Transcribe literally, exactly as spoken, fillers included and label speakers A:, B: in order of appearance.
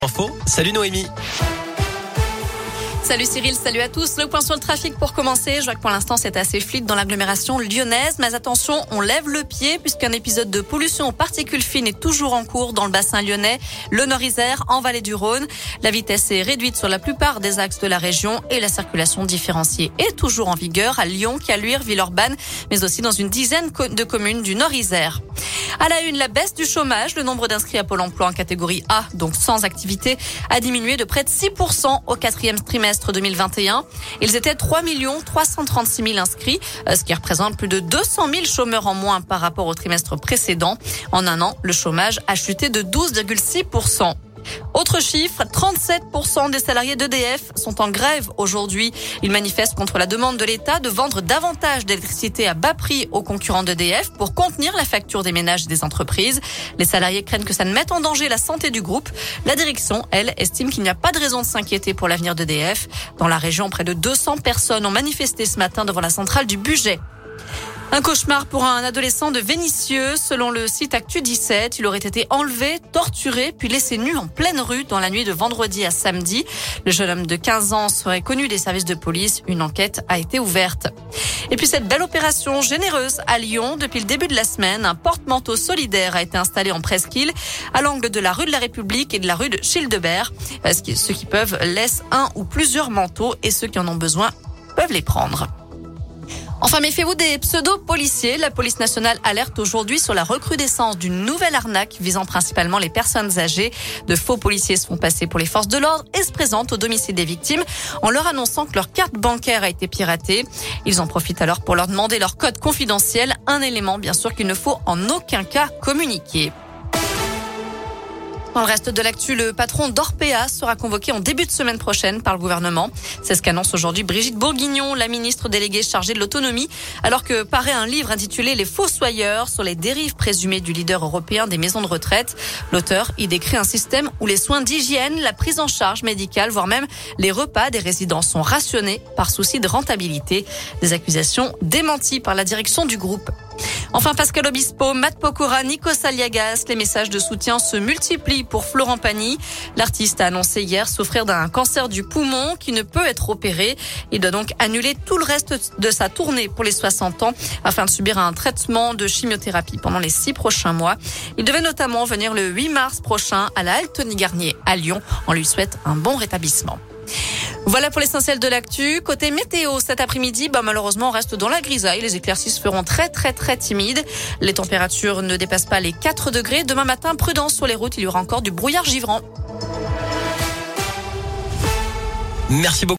A: Info. Salut Noémie.
B: Salut Cyril, salut à tous. Le point sur le trafic pour commencer. Je vois que pour l'instant c'est assez fluide dans l'agglomération lyonnaise. Mais attention, on lève le pied puisqu'un épisode de pollution aux particules fines est toujours en cours dans le bassin lyonnais, le Nord-Isère, en vallée du Rhône. La vitesse est réduite sur la plupart des axes de la région et la circulation différenciée est toujours en vigueur à Lyon, Caluire, Villeurbanne, mais aussi dans une dizaine de communes du Nord-Isère. À la une, la baisse du chômage. Le nombre d'inscrits à Pôle emploi en catégorie A, donc sans activité, a diminué de près de six pour cent au quatrième trimestre deux mille vingt et un. Ils étaient trois millions trois cent trente-six mille inscrits, ce qui représente plus de deux cent mille chômeurs en moins par rapport au trimestre précédent. En un an, le chômage a chuté de douze virgule six pour cent. Autre chiffre, trente-sept pour cent des salariés d'E D F sont en grève aujourd'hui. Ils manifestent contre la demande de l'État de vendre davantage d'électricité à bas prix aux concurrents d'E D F pour contenir la facture des ménages et des entreprises. Les salariés craignent que ça ne mette en danger la santé du groupe. La direction, elle, estime qu'il n'y a pas de raison de s'inquiéter pour l'avenir d'E D F. Dans la région, près de deux cents personnes ont manifesté ce matin devant la centrale du budget. Un cauchemar pour un adolescent de Vénissieux. Selon le site Actu dix-sept, il aurait été enlevé, torturé, puis laissé nu en pleine rue dans la nuit de vendredi à samedi. Le jeune homme de quinze ans serait connu des services de police. Une enquête a été ouverte. Et puis cette belle opération généreuse à Lyon. Depuis le début de la semaine, un porte-manteau solidaire a été installé en presqu'île à l'angle de la rue de la République et de la rue de Childebert. Ceux qui peuvent laissent un ou plusieurs manteaux et ceux qui en ont besoin peuvent les prendre. Enfin, méfiez-vous des pseudo-policiers. La police nationale alerte aujourd'hui sur la recrudescence d'une nouvelle arnaque visant principalement les personnes âgées. De faux policiers se font passer pour les forces de l'ordre et se présentent au domicile des victimes en leur annonçant que leur carte bancaire a été piratée. Ils en profitent alors pour leur demander leur code confidentiel, un élément bien sûr qu'il ne faut en aucun cas communiquer. Dans le reste de l'actu, le patron d'Orpea sera convoqué en début de semaine prochaine par le gouvernement. C'est ce qu'annonce aujourd'hui Brigitte Bourguignon, la ministre déléguée chargée de l'autonomie, alors que paraît un livre intitulé Les Fossoyeurs sur les dérives présumées du leader européen des maisons de retraite. L'auteur y décrit un système où les soins d'hygiène, la prise en charge médicale, voire même les repas des résidents sont rationnés par souci de rentabilité. Des accusations démenties par la direction du groupe. Enfin, Pascal Obispo, Matt Pokora, Nikos Aliagas, les messages de soutien se multiplient pour Florent Pagny. L'artiste a annoncé hier souffrir d'un cancer du poumon qui ne peut être opéré. Il doit donc annuler tout le reste de sa tournée pour les soixante ans afin de subir un traitement de chimiothérapie pendant les six prochains mois. Il devait notamment venir le huit mars prochain à la halle Tony Garnier à Lyon. On lui souhaite un bon rétablissement. Voilà pour l'essentiel de l'actu. Côté météo, cet après-midi, bah malheureusement, on reste dans la grisaille. Les éclaircies se feront très, très, très timides. Les températures ne dépassent pas les quatre degrés. Demain matin, prudence sur les routes. Il y aura encore du brouillard givrant.
A: Merci beaucoup.